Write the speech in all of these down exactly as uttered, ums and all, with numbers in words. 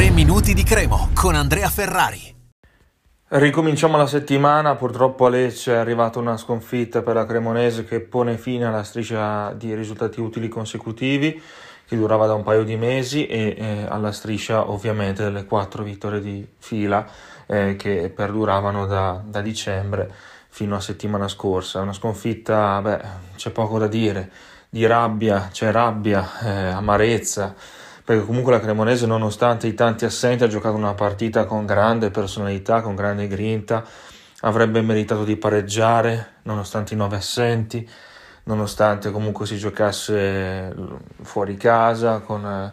tre minuti di Cremo con Andrea Ferrari. Ricominciamo la settimana, purtroppo a Lecce è arrivata una sconfitta per la Cremonese che pone fine alla striscia di risultati utili consecutivi che durava da un paio di mesi e eh, alla striscia ovviamente delle quattro vittorie di fila eh, che perduravano da, da dicembre fino a settimana scorsa. Una sconfitta, beh, c'è poco da dire, di rabbia, c'è rabbia, eh, amarezza, perché comunque la Cremonese, nonostante i tanti assenti, ha giocato una partita con grande personalità, con grande grinta, avrebbe meritato di pareggiare nonostante i nove assenti, nonostante comunque si giocasse fuori casa, con eh,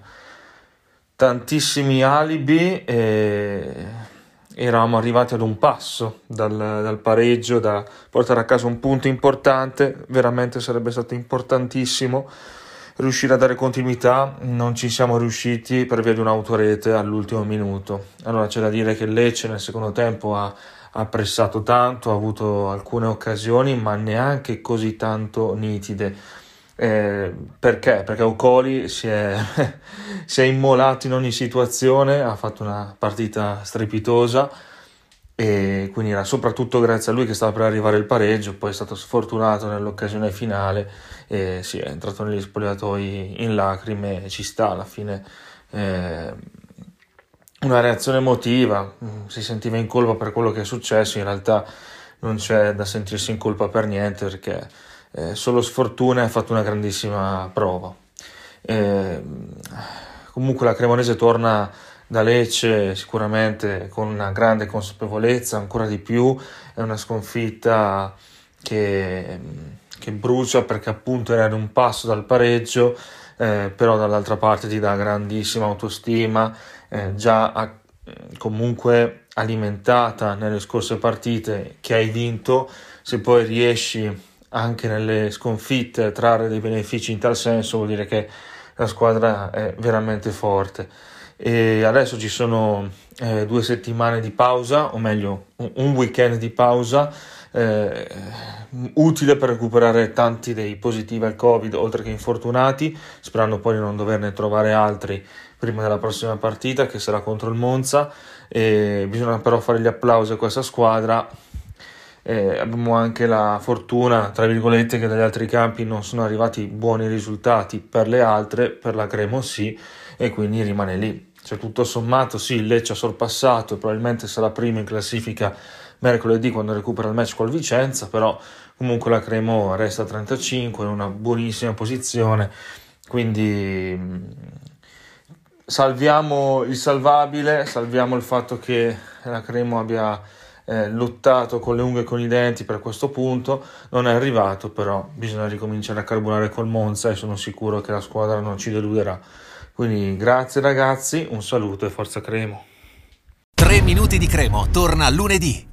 tantissimi alibi, e eravamo arrivati ad un passo dal, dal pareggio, da portare a casa un punto importante. Veramente sarebbe stato importantissimo riuscire a dare continuità. Non ci siamo riusciti per via di un'autorete all'ultimo minuto. Allora c'è da dire che Lecce nel secondo tempo ha, ha pressato tanto, ha avuto alcune occasioni ma neanche così tanto nitide. Eh, perché? Perché Ocoli si è, si è immolato in ogni situazione, ha fatto una partita strepitosa e quindi era soprattutto grazie a lui che stava per arrivare il pareggio. Poi è stato sfortunato nell'occasione finale e sì, è entrato negli spogliatoi in lacrime e ci sta alla fine. Eh, una reazione emotiva, si sentiva in colpa per quello che è successo, in realtà non c'è da sentirsi in colpa per niente perché eh, solo sfortuna, ha fatto una grandissima prova. Eh, comunque la Cremonese torna da Lecce sicuramente con una grande consapevolezza, ancora di più, è una sconfitta che, che brucia perché appunto era ad un passo dal pareggio, eh, però dall'altra parte ti dà grandissima autostima, eh, già a, comunque alimentata nelle scorse partite che hai vinto. Se poi riesci anche nelle sconfitte a trarre dei benefici in tal senso, vuol dire che la squadra è veramente forte. E adesso ci sono eh, due settimane di pausa, o meglio un, un weekend di pausa eh, utile per recuperare tanti dei positivi al Covid oltre che infortunati, sperando poi di non doverne trovare altri prima della prossima partita che sarà contro il Monza. E bisogna però fare gli applausi a questa squadra. Eh, abbiamo anche la fortuna, tra virgolette, che dagli altri campi non sono arrivati buoni risultati per le altre, per la Cremo sì, e quindi rimane lì. Cioè, tutto sommato sì, il Lecce ha sorpassato e probabilmente sarà primo in classifica mercoledì quando recupera il match col Vicenza, però comunque la Cremo resta a trentacinque, in una buonissima posizione, quindi mh, salviamo il salvabile, salviamo il fatto che la Cremo abbia eh, lottato con le unghie e con i denti per questo punto. Non è arrivato, però bisogna ricominciare a carbonare col Monza e sono sicuro che la squadra non ci deluderà. Quindi grazie ragazzi, un saluto e forza Cremo. tre minuti di Cremo torna lunedì.